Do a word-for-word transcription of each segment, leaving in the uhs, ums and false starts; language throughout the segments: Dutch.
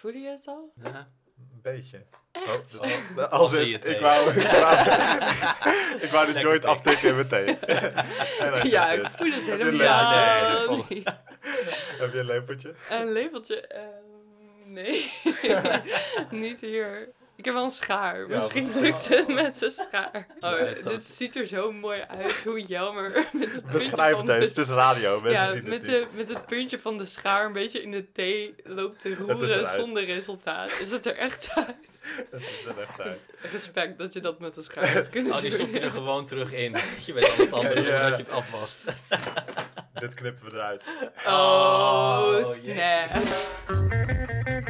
Voel je het al? Ja. Een beetje. Echt? Oh, Al als zie in, je ik, thee. wou, ik wou, ik wou de Lekker joint pik. aftikken in mijn thee. En hij Ja, zegt ik dit. voel het Heb je een helemaal le- nee, niet. Heb je een lepeltje? Een lepeltje? Ehm, nee. Niet hier. Ik heb wel een schaar. Ja, Misschien dat is- lukt het met zijn schaar. Ja, Oh, het gaat. dit ziet er zo mooi uit. Hoe Jelmer met het puntje Beschrijf van het eens. de... Het is radio. Mensen Ja, zien met, het niet. de, met het puntje van de schaar een beetje in de thee loopt te is roeren eruit. zonder resultaat. Is het er echt uit? Het is er echt uit. Respect dat je dat met de schaar hebt kunnen Oh, die doen. stop je er gewoon terug in. Je weet al het andere Ja. dan dat je het af was. Dit knippen we eruit. Oh, Oh, snap.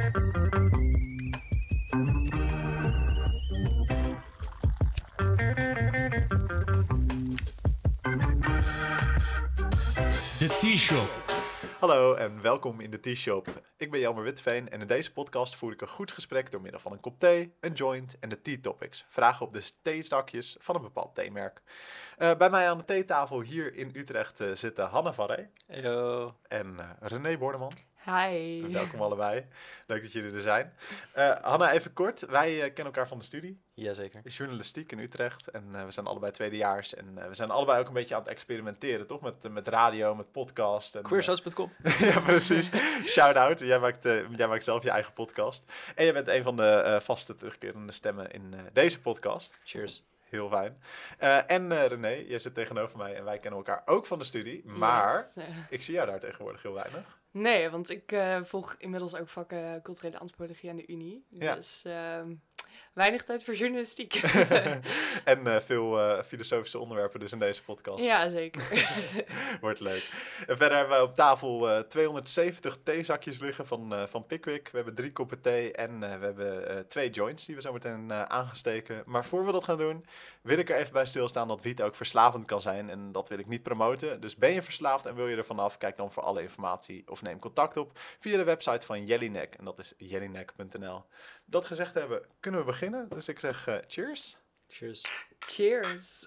De T-Shop. Hallo en welkom in de T-Shop. Ik ben Jelmer Witveen en in deze podcast voer ik een goed gesprek door middel van een kop thee, een joint en de T-topics. Vragen op de theezakjes van een bepaald theemerk. Uh, bij mij aan de theetafel hier in Utrecht uh, zitten Hanne van Ree Yo. en uh, René Bordeman. Hi. Welkom allebei. Leuk dat jullie er zijn. Uh, Hanne, even kort. Wij uh, kennen elkaar van de studie. Jazeker. Journalistiek in Utrecht. En uh, we zijn allebei tweedejaars. En uh, we zijn allebei ook een beetje aan het experimenteren, toch? Met, uh, met radio, met podcast. En, Queershows punt com. uh, ja, precies. Shout-out. Jij maakt, uh, jij maakt zelf je eigen podcast. En je bent een van de uh, vaste terugkerende stemmen in uh, deze podcast. Cheers. Heel fijn. Uh, en uh, René, jij zit tegenover mij en wij kennen elkaar ook van de studie. Maar Yes, uh, ik zie jou daar tegenwoordig heel weinig. Nee, want ik uh, volg inmiddels ook vakken culturele antropologie aan de Unie. Ja. Dus uh, weinig tijd voor journalistiek. en uh, veel uh, filosofische onderwerpen dus in deze podcast. Ja, zeker. Wordt leuk. En verder hebben we op tafel uh, tweehonderdzeventig theezakjes liggen van, uh, van Pickwick. We hebben drie koppen thee en uh, we hebben uh, twee joints die we zo meteen uh, aangesteken. Maar voor we dat gaan doen, wil ik er even bij stilstaan dat wiet ook verslavend kan zijn. En dat wil ik niet promoten. Dus ben je verslaafd en wil je er vanaf, kijk dan voor alle informatie of neem contact op via de website van Jellinek. En dat is jellinek punt n l. Dat gezegd hebben, kunnen we beginnen. Dus ik zeg uh, cheers. Cheers. Cheers.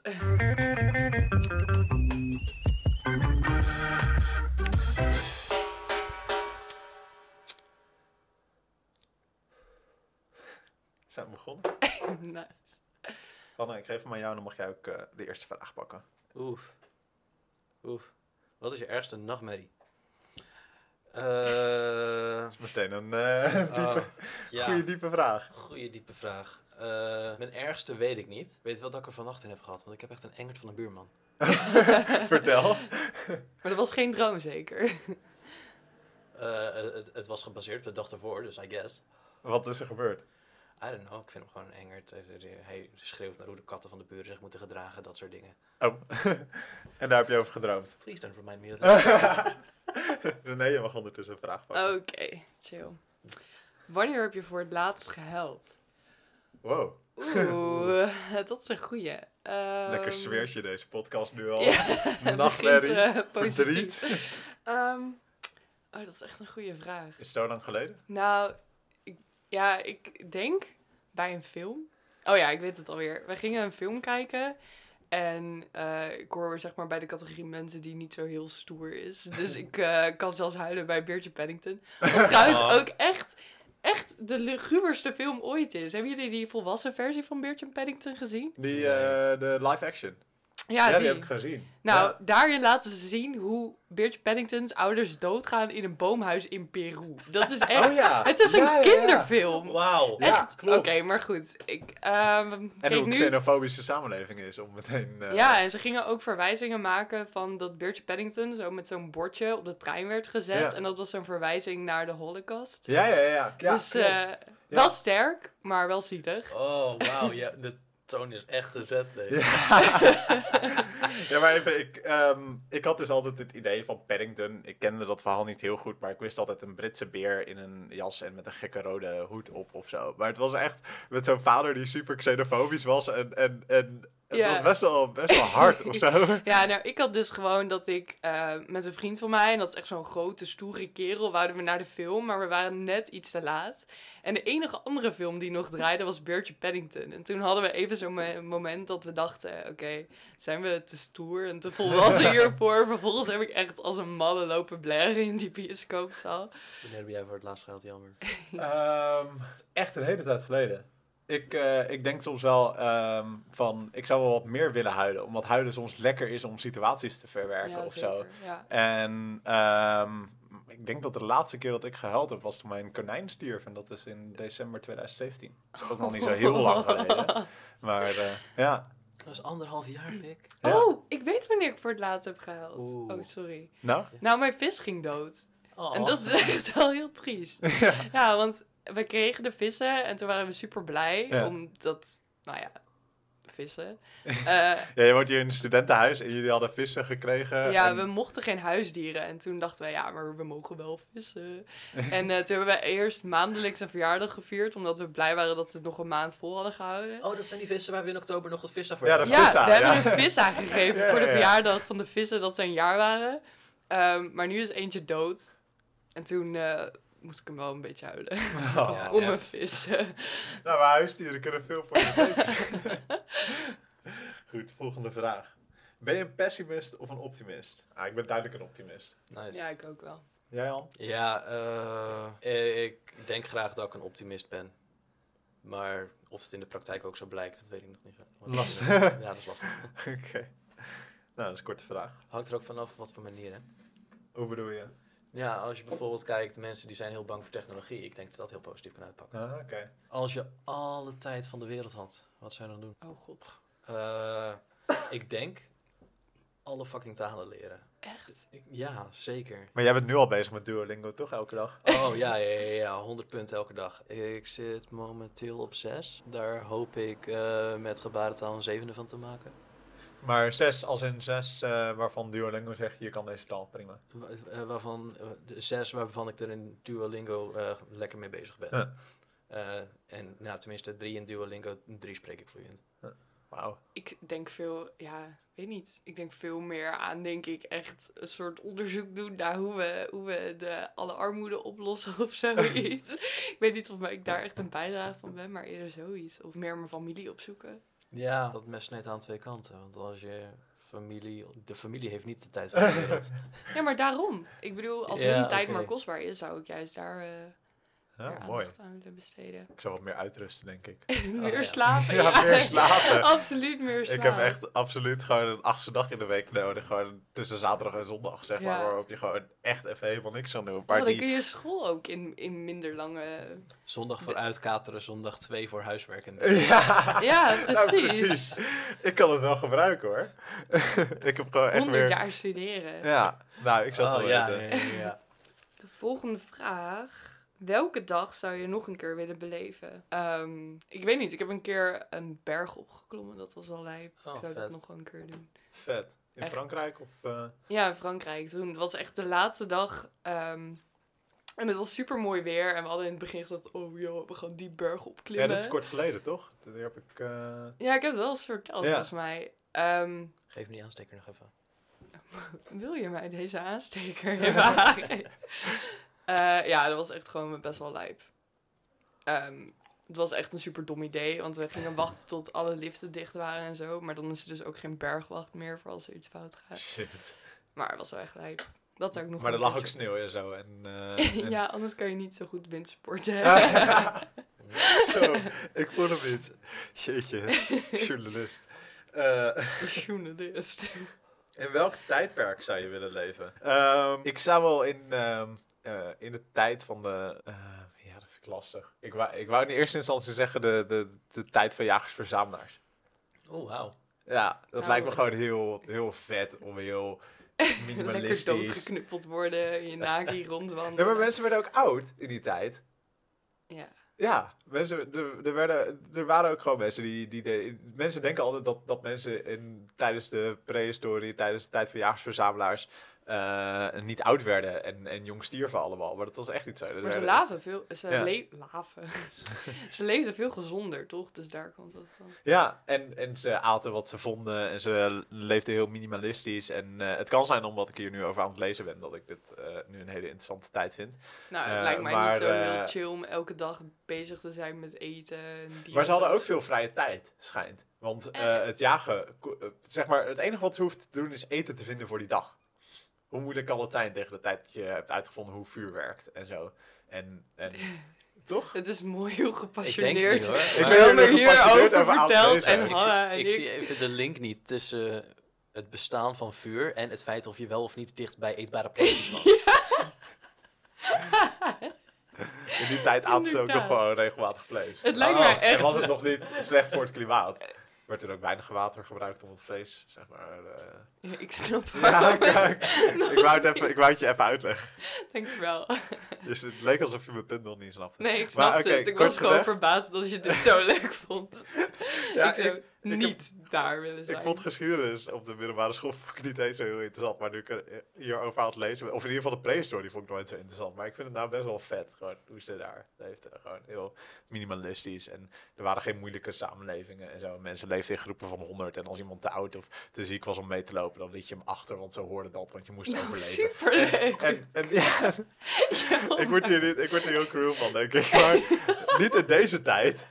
Zijn we begonnen? Nice. Hanne, ik geef hem aan jou en dan mag jij ook uh, de eerste vraag pakken. Oef. Oef. Wat is je ergste nachtmerrie? Uh, Dat is meteen een uh, diepe, oh, ja. goede diepe vraag. Goeie diepe vraag. Uh, mijn ergste weet ik niet. Weet wel dat ik er vannacht in heb gehad, want ik heb echt een engert van een buurman. Vertel. Maar dat was geen droom zeker? Uh, het, het was gebaseerd op de dag ervoor, dus I guess. Wat is er gebeurd? I don't know, ik vind hem gewoon een engert. Hij schreeuwt naar hoe de katten van de buren zich moeten gedragen, dat soort dingen. Oh, en daar heb je over gedroomd. Please don't remind me of that. René, je mag ondertussen een vraag pakken. Oké, okay, chill. Wanneer heb je voor het laatst gehuild? Wow. Oeh, dat is een goeie. Um, Lekker sfeertje deze podcast nu al. Ja, Nachtmerrie, begint, uh, verdriet. Um, oh, dat is echt een goede vraag. Is het zo lang geleden? Nou, ik, ja, ik denk bij een film. Oh ja, ik weet het alweer. We gingen een film kijken. En uh, ik hoor zeg maar bij de categorie mensen die niet zo heel stoer is. Dus ik uh, kan zelfs huilen bij Beertje Paddington. Wat trouwens ook echt, echt de luguberste film ooit is. Hebben jullie die volwassen versie van Beertje Paddington gezien? Die, uh, de live action. Ja, Ja, die, die. heb ik gezien. Nou, Ja. daarin laten ze zien hoe Beertje Paddington's ouders doodgaan in een boomhuis in Peru. Dat is echt... Oh ja. Het is een Ja, ja, ja. kinderfilm. Wauw. Ja, Echt? klopt. Oké, maar goed. Ik, um, En kijk hoe nu... xenofobische samenleving is om meteen... Uh, Ja, en ze gingen ook verwijzingen maken van dat Beertje Paddington zo met zo'n bordje op de trein werd gezet. Ja. En dat was zo'n verwijzing naar de Holocaust. Ja, ja, ja. ja dus klopt. uh, wel sterk, maar wel zielig. Oh, wauw. Ja, de toon is echt gezet. Hè. Ja. Ja, maar even, ik, um, ik had dus altijd het idee van Paddington. Ik kende dat verhaal niet heel goed, maar ik wist altijd een Britse beer in een jas en met een gekke rode hoed op of zo. Maar het was echt met zo'n vader die super xenofobisch was en, en, en Het Ja. was best wel, best wel hard of zo. Ja, nou, ik had dus gewoon dat ik eh, met een vriend van mij, en dat is echt zo'n grote, stoere kerel, wouden we naar de film, maar we waren net iets te laat. En de enige andere film die nog draaide was Beertje Paddington. En toen hadden we even zo'n mo- moment dat we dachten, oké, okay, zijn we te stoer en te volwassen hiervoor? Vervolgens heb ik echt als een malle lopen blaren in die bioscoopzaal. Wanneer heb jij voor het laatst gehaald, Jammer? Um, het is echt een hele tijd geleden. Ik, uh, ik denk soms wel um, van, ik zou wel wat meer willen huilen. Omdat huilen soms lekker is om situaties te verwerken Ja, of zeker, zo. ja. En um, ik denk dat de laatste keer dat ik gehuild heb was toen mijn konijn stierf. En dat is in december twintig zeventien. Dat is ook nog niet zo heel lang geleden. Maar uh, ja. Dat is anderhalf jaar, Pik. Ja. Oh, ik weet wanneer ik voor het laatst heb gehuild. Oeh. Oh, sorry. Nou? Nou, mijn vis ging dood. Oh. En dat is echt wel heel triest. Ja. Ja, want we kregen de vissen en toen waren we super blij. Ja. Omdat, nou ja, vissen. Uh, Ja, je woont hier in een studentenhuis en jullie hadden vissen gekregen. ja, en... we mochten geen huisdieren. En toen dachten we, ja, maar we mogen wel vissen. En uh, toen hebben we eerst maandelijks een verjaardag gevierd. Omdat we blij waren dat we het nog een maand vol hadden gehouden. Oh, dat zijn die vissen waar we in oktober nog het vissa voor Ja, hebben. de Ja, vissa, we hebben ja. een vis aangegeven Ja, voor de ja, ja. verjaardag van de vissen dat ze een jaar waren. Um, maar nu is eentje dood. En toen uh, moest ik hem wel een beetje huilen. Oh. Om F. een vis. Nou, maar huisdieren kunnen veel voor je betekenen. Goed, volgende vraag. Ben je een pessimist of een optimist? Ah, ik ben duidelijk een optimist. Nice. Ja, ik ook wel. Jij, Jan? Ja, uh, ik denk graag dat ik een optimist ben. Maar of het in de praktijk ook zo blijkt, dat weet ik nog niet. Want, Lastig. uh, ja, dat is lastig. Oké. Okay. Nou, dat is een korte vraag. Hangt er ook vanaf wat voor manier, hè? Hoe bedoel je? Ja, als je bijvoorbeeld kijkt, mensen die zijn heel bang voor technologie. Ik denk dat dat heel positief kan uitpakken. Ah, oké. Okay. Als je alle tijd van de wereld had, wat zou je dan doen? Oh god. Uh, ik denk alle fucking talen leren. Echt? Ik, ja, zeker. Maar jij bent nu al bezig met Duolingo, toch? Elke dag? Oh ja, ja, ja, ja, honderd punten elke dag. Ik zit momenteel op zes. Daar hoop ik uh, met gebarentaal een zevende van te maken. Maar zes als in zes uh, waarvan Duolingo zegt, je kan deze taal, prima. Wa- uh, waarvan, uh, de zes waarvan ik er in Duolingo uh, lekker mee bezig ben. Huh. Uh, en nou, tenminste drie in Duolingo, drie spreek ik vloeiend. Huh. Wauw. Ik denk veel, ja, weet niet. Ik denk veel meer aan, denk ik, echt een soort onderzoek doen naar hoe we, hoe we de, alle armoede oplossen of zoiets. Ik weet niet of ik daar echt een bijdrage van ben, maar eerder zoiets. Of meer mijn familie opzoeken. Ja, dat mes snijdt aan twee kanten. Want als je familie... De familie heeft niet de tijd van de wereld. Ja, maar daarom. Ik bedoel, als Ja, hun tijd oké. maar kostbaar is, zou ik juist daar uh, Ja, meer mooi. aandacht aan willen besteden. Ik zou wat meer uitrusten, denk ik. meer ja. slapen. Ja, meer slapen. Absoluut meer slapen. Ik heb echt absoluut gewoon een achtste dag in de week nodig. Gewoon tussen zaterdag en zondag, zeg maar. Ja. Waarop je gewoon echt even helemaal niks aan doet. Maar Oh, dan die... kun je school ook in, in minder lange... Zondag voor uitkateren, zondag twee voor huiswerk. En Ja, Ja, precies. nou, precies. Ik kan het wel gebruiken, hoor. Ik heb gewoon echt honderd weer... jaar studeren. Ja, nou, ik zou het Oh, wel ja, weten. ja, ja, ja. De volgende vraag. Welke dag zou je nog een keer willen beleven? Um, ik weet niet. Ik heb een keer een berg opgeklommen. Dat was wel lijp. Oh, ik zou vet. dat nog wel een keer doen. Vet. In Echt. Frankrijk of... Uh... Ja, in Frankrijk. Toen was echt de laatste dag. Um, en het was super mooi weer. En we hadden in het begin gezegd, oh joh, we gaan die berg opklimmen. Ja, dat is kort geleden, toch? Dat heb ik... Uh... Ja, ik heb het wel eens verteld, Ja. volgens mij. Um, Geef me die aansteker nog even. wil je mij deze aansteker even aangeven? Uh, ja, dat was echt gewoon best wel lijp. Um, het was echt een super dom idee, want we gingen wachten tot alle liften dicht waren en zo. Maar dan is er dus ook geen bergwacht meer voor als er iets fout gaat. Shit. Maar het was wel echt lijp. Dat zou ik nog Maar er een lag ook keertje- sneeuw en zo. En, uh, en... Ja, anders kan je niet zo goed windsporten. Zo, ik voel hem niet. Jeetje, journalist. Uh, Journalist. in welk tijdperk zou je willen leven? Um, ik zou wel in, um, uh, in de tijd van de... Uh, ja, dat vind ik lastig. Ik wou, ik wou in eerste instantie zeggen de, de, de tijd van jagers-verzamelaars. Oh, wauw. Ja, dat Nou, lijkt me gewoon heel, heel vet om heel Lekker minimalistisch... doodgeknuppeld worden, in je naki rondwandelen. Nee, maar mensen werden ook oud in die tijd. Ja. Ja, mensen, er, er, werden, er waren ook gewoon mensen die... die de, mensen denken altijd dat, dat mensen in, tijdens de prehistorie, tijdens de tijd van jagers-verzamelaars... uh, niet oud werden en, en jong stierven allemaal. Maar dat was echt niet zo. Maar ze laven veel... Ze Ja. le- laven. Ze leefden veel gezonder, toch? Dus daar komt dat van. Ja, en, en ze aten wat ze vonden en ze leefden heel minimalistisch. En uh, het kan zijn omdat ik hier nu over aan het lezen ben, dat ik dit uh, nu een hele interessante tijd vind. Nou, het Uh, lijkt mij maar, niet zo uh, heel chill om elke dag bezig te zijn met eten. En Maar ze hadden ook dieet. veel vrije tijd, schijnt. Want uh, Echt? het jagen, ko- uh, zeg maar, het enige wat ze hoeft te doen is eten te vinden voor die dag. Hoe moeilijk kan het zijn tegen de tijd dat je hebt uitgevonden hoe vuur werkt en zo. En, en toch? Het is mooi, heel Ik denk gepassioneerd. het niet hoor. Ik Maar ben Wel er maar nu gepassioneerd hierover over aan het verteld lezen. en Ik ik, zie, Hanna en ik ik. zie even de link niet tussen het bestaan van vuur en het feit of je wel of niet dicht bij eetbare plantjes was. In die tijd aten ze ook nog Inderdaad. gewoon regelmatig vlees. Het lijkt Oh, mij En echt... was het nog niet slecht voor het klimaat. Werd er ook weinig water gebruikt om het vlees, zeg maar... Uh... Ja, ik snap Ja, waarom ik, het- ik, wou het even, ik wou het je even uitleggen. Dankjewel. Dus het leek alsof je mijn punt nog niet snapte. Nee, ik Maar, snap oké, het. Ik kort was gewoon gezegd- verbaasd dat je dit zo leuk vond. Ja, ik zou ik- ik niet daar willen zijn. Ik vond geschiedenis op de middelbare school vond ik niet eens zo heel interessant. Maar nu ik er hierover aan het lezen ben, of in ieder geval de prehistorie, die vond ik nooit zo interessant. Maar ik vind het nou best wel vet, gewoon hoe ze daar leefden. Gewoon heel minimalistisch. En er waren geen moeilijke samenlevingen en zo. Mensen leefden in groepen van honderd. En als iemand te oud of te ziek was om mee te lopen, dan liet je hem achter, want zo hoorde dat, want je moest Nou, overleven. superleuk. En, en ja, Ja, ik word hier niet, ik word hier heel cruel van, denk ik. Maar niet in deze tijd.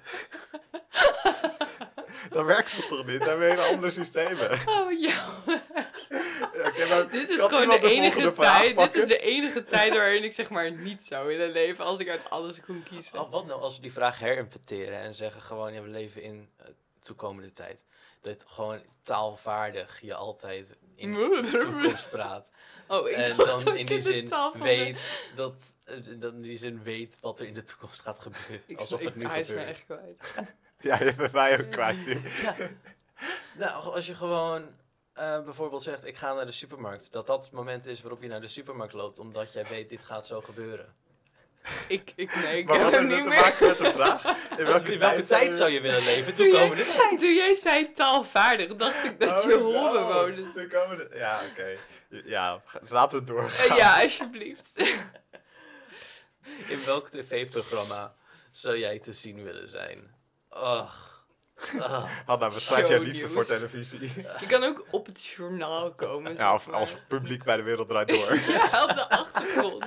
Dan werkt het toch niet? Dan hebben we hele andere systemen. Oh ja. Ja, oké, maar Dit is kan gewoon iemand de enige volgende vraag tijd. Dit pakken? is de enige tijd waarin ik zeg maar niet zou willen leven als ik uit alles kon kiezen. Oh, wat nou als we die vraag herinterpreteren en zeggen gewoon, ja, we leven in uh, toekomende tijd. Dat gewoon taalvaardig je altijd in de toekomst praat. Oh, ik En dacht dan ook in die de zin taal van de- weet dat, uh, dan in die zin weet wat er in de toekomst gaat gebeuren. Ik, Alsof ik, het nu hij is me gebeurt. echt kwijt. Ja, je bent mij ook kwijt nu. Nou, als je gewoon uh, bijvoorbeeld zegt, ik ga naar de supermarkt. Dat dat het moment is waarop je naar de supermarkt loopt, omdat jij weet, dit gaat zo gebeuren. Ik, ik, nee, ik Maar heb wat hem heeft niet dit te meer. maken met de vraag? In welke, In welke tijd zou je willen leven? Toen jij, Toekomende tijd. toen jij zei taalvaardig, dacht ik dat Oh, je zo. horen woonde. Toekomende... Ja, oké. Ja, laten we het doorgaan. Eh, Ja, alsjeblieft. In welk tv-programma zou jij te zien willen zijn? Ach. Ach. Hanna, beschrijf jij Shownieuws. liefde voor televisie? Je kan ook op het journaal komen. Ja, of zeg maar. als publiek bij de wereld draait door. Ja, op de achtergrond.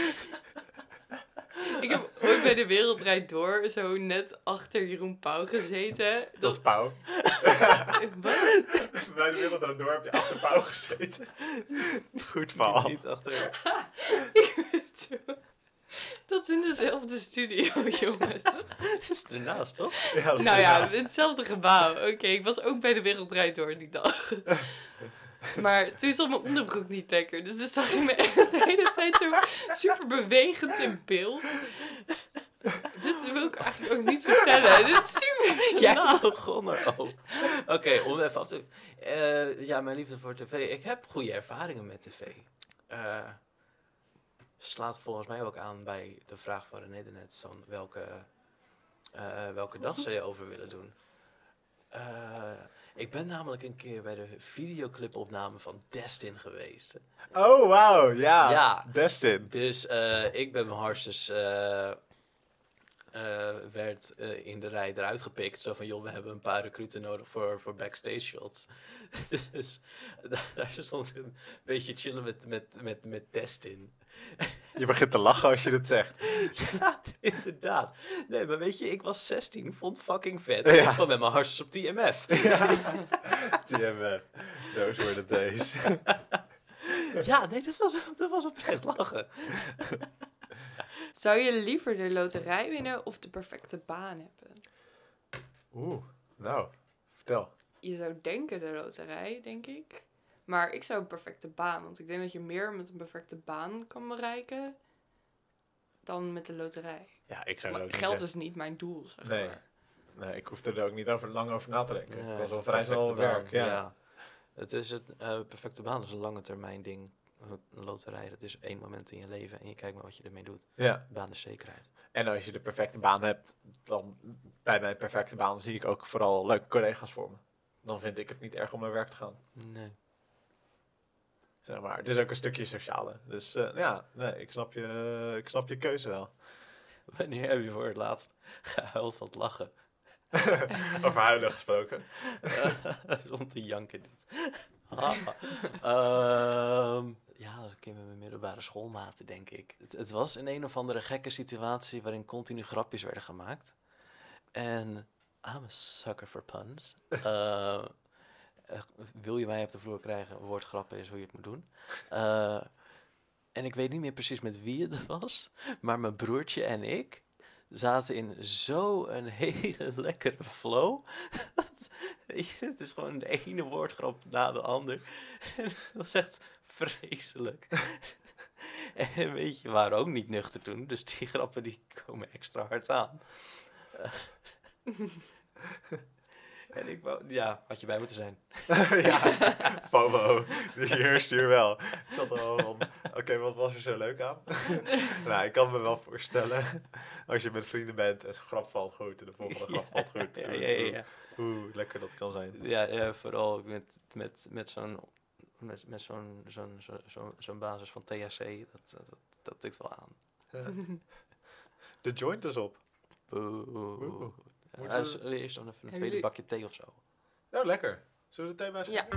Ik heb ooit bij De Wereld Draait Door zo net achter Jeroen Pauw gezeten. Dat is Pauw. Wat? Bij de wereld draait door heb je achter Pauw gezeten. Goed verhaal. Niet achter. Ik weet het. Dat is in dezelfde studio, jongens. Dat is ernaast, toch? Ja, dat is Nou ja, ernaast. in hetzelfde gebouw. Oké, ik was ook bij De Wereld Draait Door die dag. Maar toen zat mijn onderbroek niet lekker. Dus dan zag je me echt de hele tijd zo super bewegend in beeld. Dit wil ik eigenlijk ook niet vertellen. Dit is super Jij gênant. begon er ook. Oké, om even af te... Uh, ja, mijn liefde voor tv. Ik heb goede ervaringen met tv. Uh, slaat volgens mij ook aan bij de vraag van René net. Van welke, uh, welke dag zou je over willen doen? Uh, ik ben namelijk een keer bij de videoclipopname van Destin geweest. Oh, wauw. Ja. Ja. Destin. Dus uh, ik ben mijn hartstikke... Uh, Uh, werd uh, in de rij eruit gepikt. Zo van, joh, we hebben een paar recruten nodig voor, voor backstage shots. Dus daar, daar stond een beetje chillen met, met, met, met Destin. Je begint te lachen als je dit zegt. Ja, inderdaad. Nee, maar weet je, ik was zestien, vond fucking vet. Ja. Ik kwam met mijn hartjes op T M F. Ja. T M F. Those were the days. Ja, nee, dat was, dat was oprecht lachen. Zou je liever de loterij winnen of de perfecte baan hebben? Oeh, nou, vertel. Je zou denken de loterij, denk ik. Maar ik zou een perfecte baan. Want ik denk dat je meer met een perfecte baan kan bereiken dan met de loterij. Ja, ik zou Maar het ook geld niet is niet mijn doel, zeg Nee. maar. zeggen. Nee, ik hoefde er ook niet over, lang over na te denken. Ja, Het was wel vrij perfecte snel baan, werk. Ja. Het is het uh, perfecte baan, is een lange termijn ding. Een loterij, dat is één moment in je leven en je kijkt maar wat je ermee doet. Ja. Baan is zekerheid. En als je de perfecte baan hebt, dan bij mijn perfecte baan zie ik ook vooral leuke collega's voor me. Dan vind ik het niet erg om naar werk te gaan. Nee. Zeg maar. Het is ook een stukje sociale. Dus uh, ja, nee, ik, snap je, uh, ik snap je keuze wel. Wanneer heb je voor het laatst gehuild van het lachen? Over huilen gesproken. Om te janken dit. Ah. um, ja, dat ken ik met mijn middelbare schoolmaten, denk ik. Het, het was in een of andere gekke situatie waarin continu grapjes werden gemaakt. En I'm a sucker for puns. Uh, wil je mij op de vloer krijgen? Woordgrappen is hoe je het moet doen. Uh, en ik weet niet meer precies met wie het was, maar mijn broertje en ik zaten in zo'n hele lekkere flow. Weet je, het is gewoon de ene woordgrap na de ander. En dat was echt vreselijk. En weet je, we waren ook niet nuchter toen, dus die grappen die komen extra hard aan. Uh, en ik wou, ja, had je bij moeten zijn. Ja, FOMO, die heerst hier wel. Ik zat er al van, oké, okay, wat was er zo leuk aan? Nou, ik kan me wel voorstellen, als je met vrienden bent en een grap valt goed en de volgende grap ja, valt goed. Ja, ja, ja, ja. Hoe lekker dat kan zijn. Ja, ja vooral met, met, met zo'n met, met zo'n zo'n zo'n zo'n zo'n basis van T H C, dat, dat, dat tikt wel aan. Ja. De joint is op. Boe. Boe. Ja, Moeten we- uh, eerst nog even een tweede jullie- bakje thee of zo. Nou, lekker. Zullen we de thee bij Ja.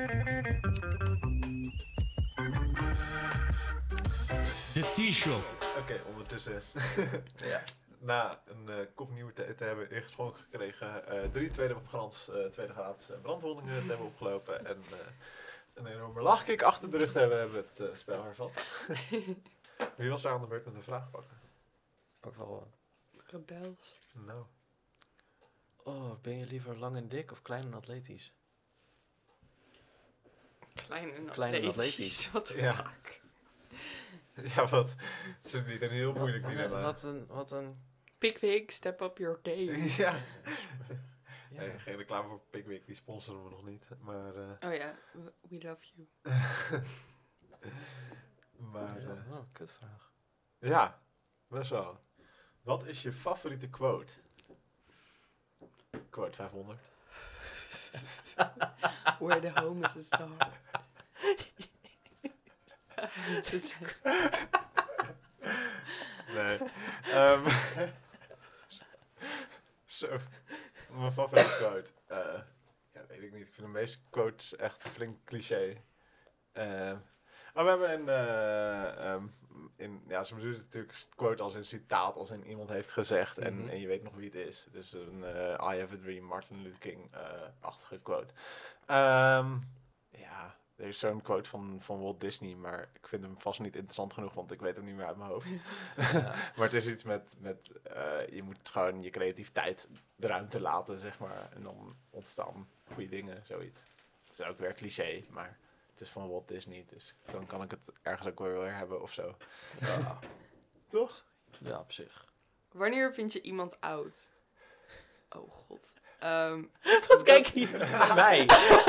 De T-Show. Oké, okay, ondertussen. Ja. Na een uh, kop nieuwe thee te hebben ingeschonken gekregen, uh, drie tweede, graads, uh, tweede graads uh, brandwondingen te hebben opgelopen en uh, een enorme lachkick achter de rug te hebben, hebben we het uh, spel hervat. Wie was er aan de beurt met een vraag pakken? Pak wel. Rebels. Nou. Oh, ben je liever lang en dik of klein en atletisch? Klein en Klein en atletisch. atletisch. What the Ja. fuck? Ja, wat? Het is niet een heel moeilijk wat, dilemma. wat een, wat een... Pickwick, step up your game. Ja. Ja. Nee, geen reclame voor Pickwick, die sponsoren we nog niet. Maar, uh, Oh ja, we- we love you. maar Ja, uh, oh, kutvraag. ja, best wel. Wat is je favoriete quote? Quote vijfhonderd. Where the home is a star. Het is- Nee. Um, Zo. Mijn favoriete quote. Uh, ja, weet ik niet. Ik vind de meeste quotes echt flink cliché. Uh, maar we hebben een... Uh, um, in, ja, ze bedoelen natuurlijk quote als een citaat, als in iemand heeft gezegd en, Mhm. en je weet nog wie het is. Dus een uh, I have a dream, Martin Luther King-achtige quote. Um, ja, er is zo'n quote van, van Walt Disney, maar ik vind hem vast niet interessant genoeg, want ik weet hem niet meer uit mijn hoofd. Ja. Maar het is iets met, met uh, je moet gewoon je creativiteit de ruimte laten, zeg maar. En dan ontstaan goede dingen, zoiets. Het is ook weer cliché, maar het is van Walt Disney, dus dan kan ik het ergens ook weer weer hebben of zo. Ja. Toch? Ja, op zich. Wanneer vind je iemand oud? Oh god. Um, Wat kijk je naar mij?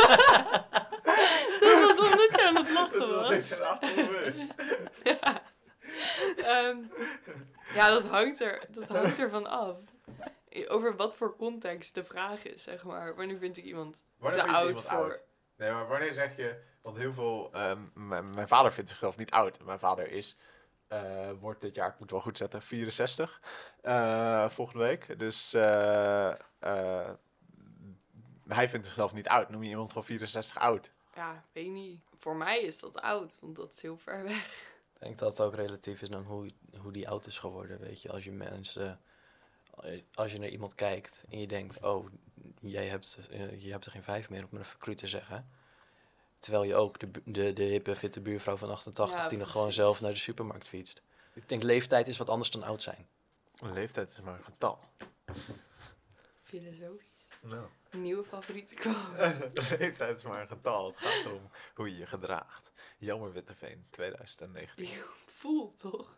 dat was omdat je aan het lachen Dat was was. iets afbewust. Ja. Um, ja, dat hangt, er, dat hangt ervan af. Over wat voor context de vraag is, zeg maar. Wanneer vind ik iemand Wanneer te vind je oud iemand voor... oud? Nee, maar wanneer zeg je... Want heel veel... Um, mijn, mijn vader vindt zichzelf niet oud. Mijn vader is... Uh, wordt dit jaar, ik moet wel goed zetten, vierenzestig. Uh, volgende week. Dus... Uh, uh, hij vindt zichzelf niet oud. Noem je iemand van vierenzestig oud? Ja, weet niet. Voor mij is dat oud, want dat is heel ver weg. Ik denk dat het ook relatief is naar hoe, hoe die oud is geworden, weet je. Als je mensen... Als je naar iemand kijkt en je denkt... Oh, jij hebt, uh, je hebt er geen vijf meer, om het even cru te zeggen. Terwijl je ook de, de, de hippe, fitte buurvrouw van achtentachtig... Ja, die nog precies. gewoon zelf naar de supermarkt fietst. Ik denk, leeftijd is wat anders dan oud zijn. Een leeftijd is maar een getal. Filosofisch. Nou. Een nieuwe favoriete quote. leeftijd is maar een getal. Het gaat erom hoe je je gedraagt. Jammer Witteveen, twintig negentien. Die voelt toch?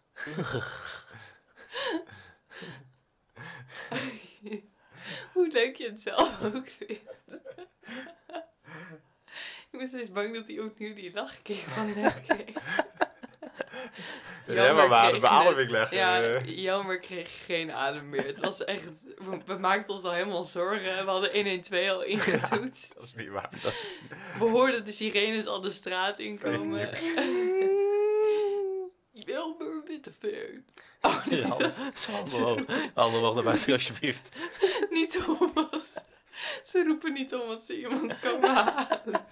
Hoe leuk je het zelf ook vindt. Ik ben steeds bang dat hij opnieuw die lachkick van net kreeg. Jij maar maar de beademing leggen. Ja, eh. Jelmer kreeg geen adem meer. Het was echt... We, we maakten ons al helemaal zorgen. We hadden honderdtwaalf al ingetoetst. Dat is niet waar. Dat is- We hoorden de sirenes al de straat inkomen. Jelmer Witteveen. Oh, nee, Ja, dat handen omhoog. Handen omhoog naar buiten, alsjeblieft. is niet Thomas. Ze roepen niet om als ze iemand komen halen.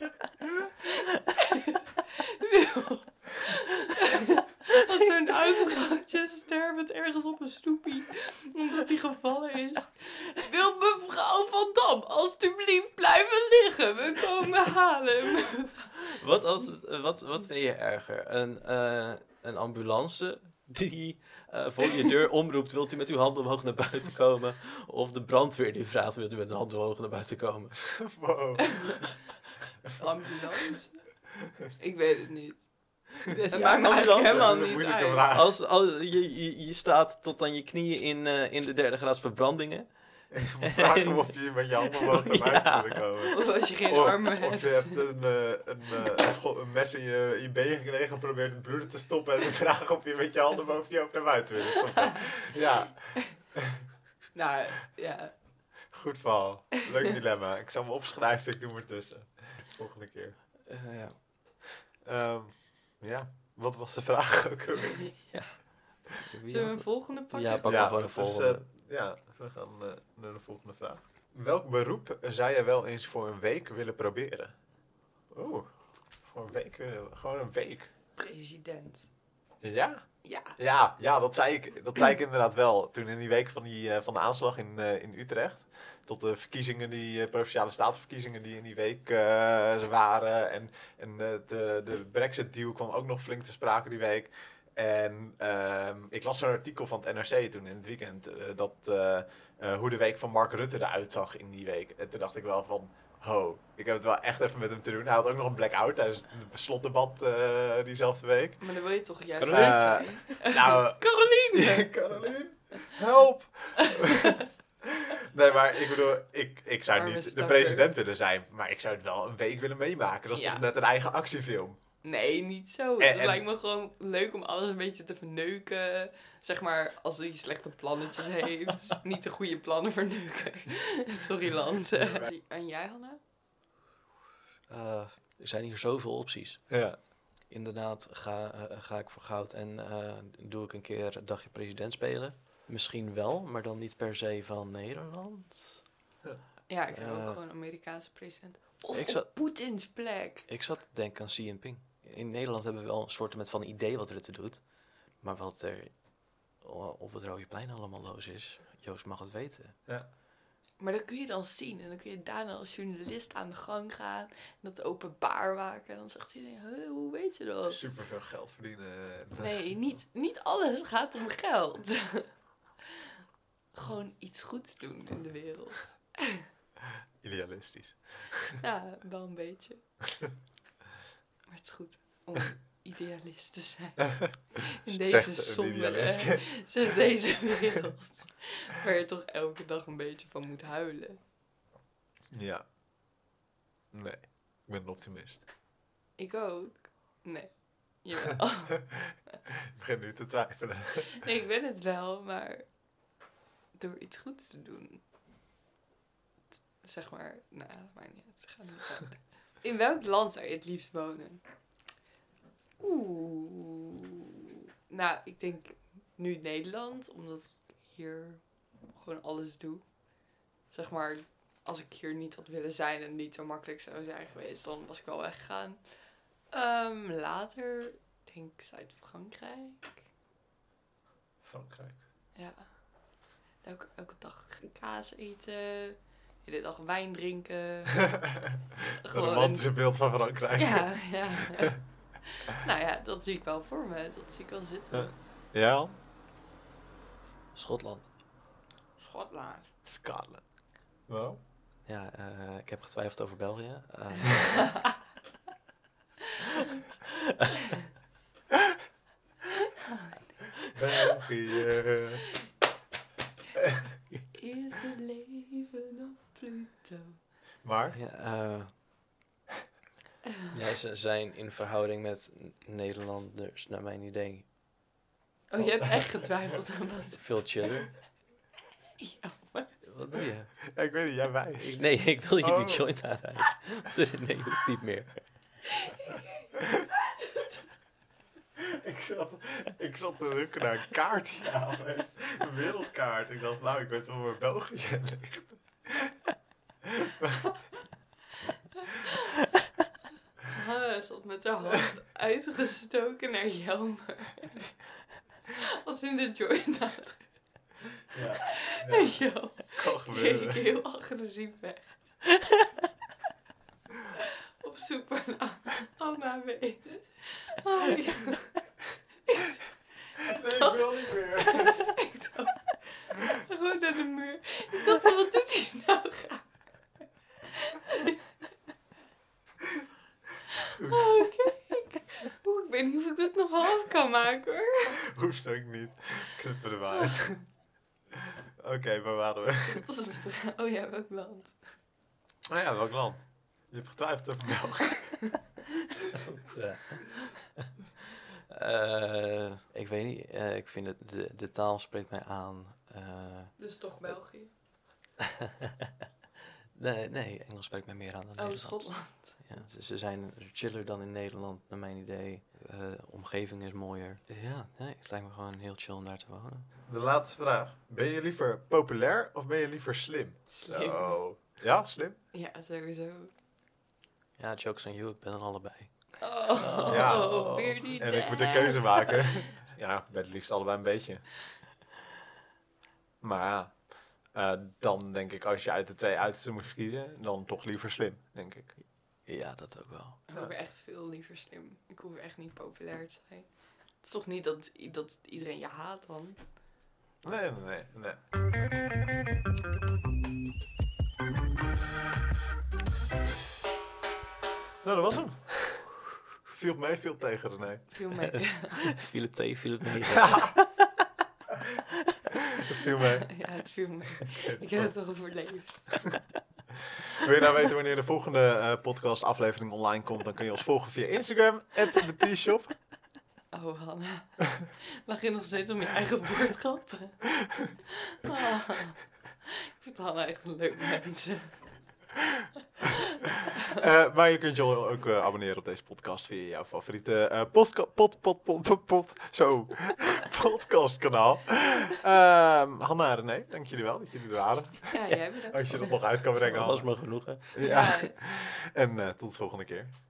Wil. Als zo'n uitgaatje stervend ergens op een stoepie. Omdat hij gevallen is. Wil mevrouw Van Dam alstublieft blijven liggen. We komen halen. Wat, als het, eh, wat, wat vind je erger? Een, eh, een ambulance die eh, voor je deur omroept, wilt u met uw handen omhoog naar buiten komen? Of de brandweer die vraagt, wilt u met de handen omhoog naar buiten komen? Wow. Ambulance? Ik weet het niet. Het Ja, maakt me eigenlijk ambulance. helemaal Dat is een niet moeilijke uit. vraag. Als, als je, je, je staat tot aan je knieën in, eh, in de derde graads verbrandingen. Vraag hem of je met je handen omhoog naar buiten Ja. willen komen. Of als je geen Of, armen of hebt. je hebt een, eh, een, eh, een, scho- een mes in je, in je been gekregen en probeert het bloeden te stoppen en te vragen of je met je handen boven je hoofd naar buiten wil stoppen. Ja, Nou, ja. goed verhaal. Leuk dilemma. Ik zal me opschrijven, ik doe hem ertussen. Volgende keer. Eh, ja. Ehm, ja, wat was de vraag ook alweer? Wie Zullen we had- een volgende pakken? Ja, pak Ja, maar gewoon een het is, volgende. eh, ja, we gaan eh, naar de volgende vraag. Welk beroep zou jij wel eens voor een week willen proberen? Oeh, voor een week willen we- Gewoon een week. President. Ja? Ja. Ja, ja dat, zei ik, dat zei ik inderdaad wel. Toen in die week van, die, eh, van de aanslag in, eh, in Utrecht. Tot de verkiezingen, die eh, provinciale statenverkiezingen die in die week eh, ze waren. En, en eh, de, de Brexit-deal kwam ook nog flink te sprake die week. En ehm, ik las zo'n artikel van het N R C toen in het weekend. eh, dat, eh, eh, hoe de week van Mark Rutte eruit zag in die week. En toen dacht ik wel van... Ho, ik heb het wel echt even met hem te doen. Hij had ook nog een blackout tijdens het slotdebat eh, diezelfde week. Maar dan wil je toch juist Caroline? niet zijn? Nou, Caroline! Caroline, help! Nee, maar ik bedoel, ik, ik zou Arme niet de stakker. president willen zijn, maar ik zou het wel een week willen meemaken. Dat is Ja. toch net een eigen actiefilm? Nee, niet zo. En- Het en- lijkt me gewoon leuk om alles een beetje te verneuken. Zeg maar, als hij slechte plannetjes heeft. Niet de goede plannen verneuken. Sorry, land. En jij, Hanna? Eh, er zijn hier zoveel opties. Ja. Inderdaad, ga, eh, ga ik voor goud en eh, doe ik een keer een dagje president spelen. Misschien wel, maar dan niet per se van Nederland. Ja, ik zou ook Eh, gewoon Amerikaanse president. Of ik op zou- Poetins plek. Ik zat te denken aan Xi Jinping. In Nederland hebben we wel een soort met van idee wat Rutte doet. Maar wat er op het Rode Plein allemaal los is, Joost mag het weten. Maar dat kun je dan zien. En dan kun je daarna als journalist aan de gang gaan. En dat openbaar maken. En dan zegt iedereen, "Huh, hoe weet je dat? Super veel geld verdienen. Nee, niet, niet alles gaat om geld. Gewoon iets goeds doen in de wereld. Idealistisch. Ja, wel een beetje. Maar het is goed om idealist te zijn. In deze Zegt een sombere, idealist. zeg deze wereld. Waar je toch elke dag een beetje van moet huilen. Ja. Nee, ik ben een optimist. Ik ook. Nee. Jawel. Ik begin nu te twijfelen. Nee, ik ben het wel, maar door iets goeds te doen. T- Zeg maar, nou, maakt niet uit. Ga niet uit. In welk land zou je het liefst wonen? Oeh. Nou, ik denk nu Nederland, omdat ik hier gewoon alles doe. Zeg maar, als ik hier niet had willen zijn en niet zo makkelijk zou zijn geweest, dan was ik wel weggegaan. Ehm, later, denk ik Zuid-Frankrijk. Frankrijk. Ja. Elke, elke dag kaas eten. De hele dag wijn drinken. Een Gewoon- romantische beeld van Frankrijk. Ja, ja. Nou ja, dat zie ik wel voor me. Dat zie ik wel zitten. Ja? Ja? Schotland. Schotland. Scotland. Wel? Ja, eh, ik heb getwijfeld over België. Eh, België. Is het leven op Pluto? Maar? ja, eh, ja, ze zijn in verhouding met N- Nederlanders, naar mijn idee, Oh, je hebt echt getwijfeld aan wat. Veel chiller. Ja, maar- Wat doe je? Ja, ik weet niet, jij wijst. Ik, nee, ik wil je Oh. die joint aanrijden. Nee, hoeft niet meer. Ik zat, ik zat te zoeken naar een kaart. Ja, een wereldkaart. Ik dacht, nou, ik weet wel waar België ligt. Hanna zat met haar hand uitgestoken naar Jelmer. Als in de joint aan het Ja, En Jo kan keek gebeuren. heel agressief weg. Op zoek naar Anna wees. Oh, ja. Nee, ik wil niet meer. Ik dacht, gewoon naar de muur. Ik dacht, wat doet hij nou graag? Oh, kijk. Oeh, ik weet niet of ik dit nog half kan maken, hoor. Hoeft ook niet. Knippen er maar uit. Oké, waar waren we? Wat was het? Oh ja, welk land? Oh ja, welk land? Je hebt getwijfeld over België. Want, eh, eh, ik weet niet. eh, ik vind het, de, de taal spreekt mij aan. eh, Dus toch België? nee, nee, Engels spreekt mij meer aan dan Oh, Nederlands. Schotland. Ja, ze- ze zijn chiller dan in Nederland, naar mijn idee. Eh, omgeving is mooier. Ja, nee, het lijkt me gewoon heel chill om daar te wonen. De laatste vraag. Ben je liever populair of ben je liever slim? Slim. Zo. Ja, slim? Ja, sowieso. Ja, jokes on you, ik ben er allebei. Oh, Ja. weer die En ik moet een dad. keuze maken. Ja, ik ben het liefst allebei een beetje. Maar ja, eh, dan denk ik als je uit de twee uitersten moest kiezen, dan toch liever slim, denk ik. Ja, dat ook wel. Ik hoef echt veel liever slim. Ik hoef echt niet populair te zijn. Het is toch niet dat, i- dat iedereen je haat dan? Nee, nee, nee. nee. Nou, dat was hem. Viel mee, viel tegen, René. Viel mee. Viel het tegen, viel het mee. Het viel mee. Ja, het viel mee. Ik heb het toch overleefd. Wil je nou weten wanneer de volgende eh, podcast aflevering online komt, dan kun je ons volgen via Instagram, at de T-shop. Oh, Hanna. Lag je nog steeds om je eigen woordgrap? Ah. Ik vind Hanna echt een leuk mens. Eh, maar je kunt je ook eh, abonneren op deze podcast via jouw favoriete eh podca- pod, pod, pod, pod, pod, zo, podcastkanaal. Ehm Hanna en René, dank jullie wel dat jullie er waren. Ja, jij bedankt. Als je dat nog uit kan brengen. Dat was Hanna. maar genoegen. Ja. Ja, En eh, tot de volgende keer.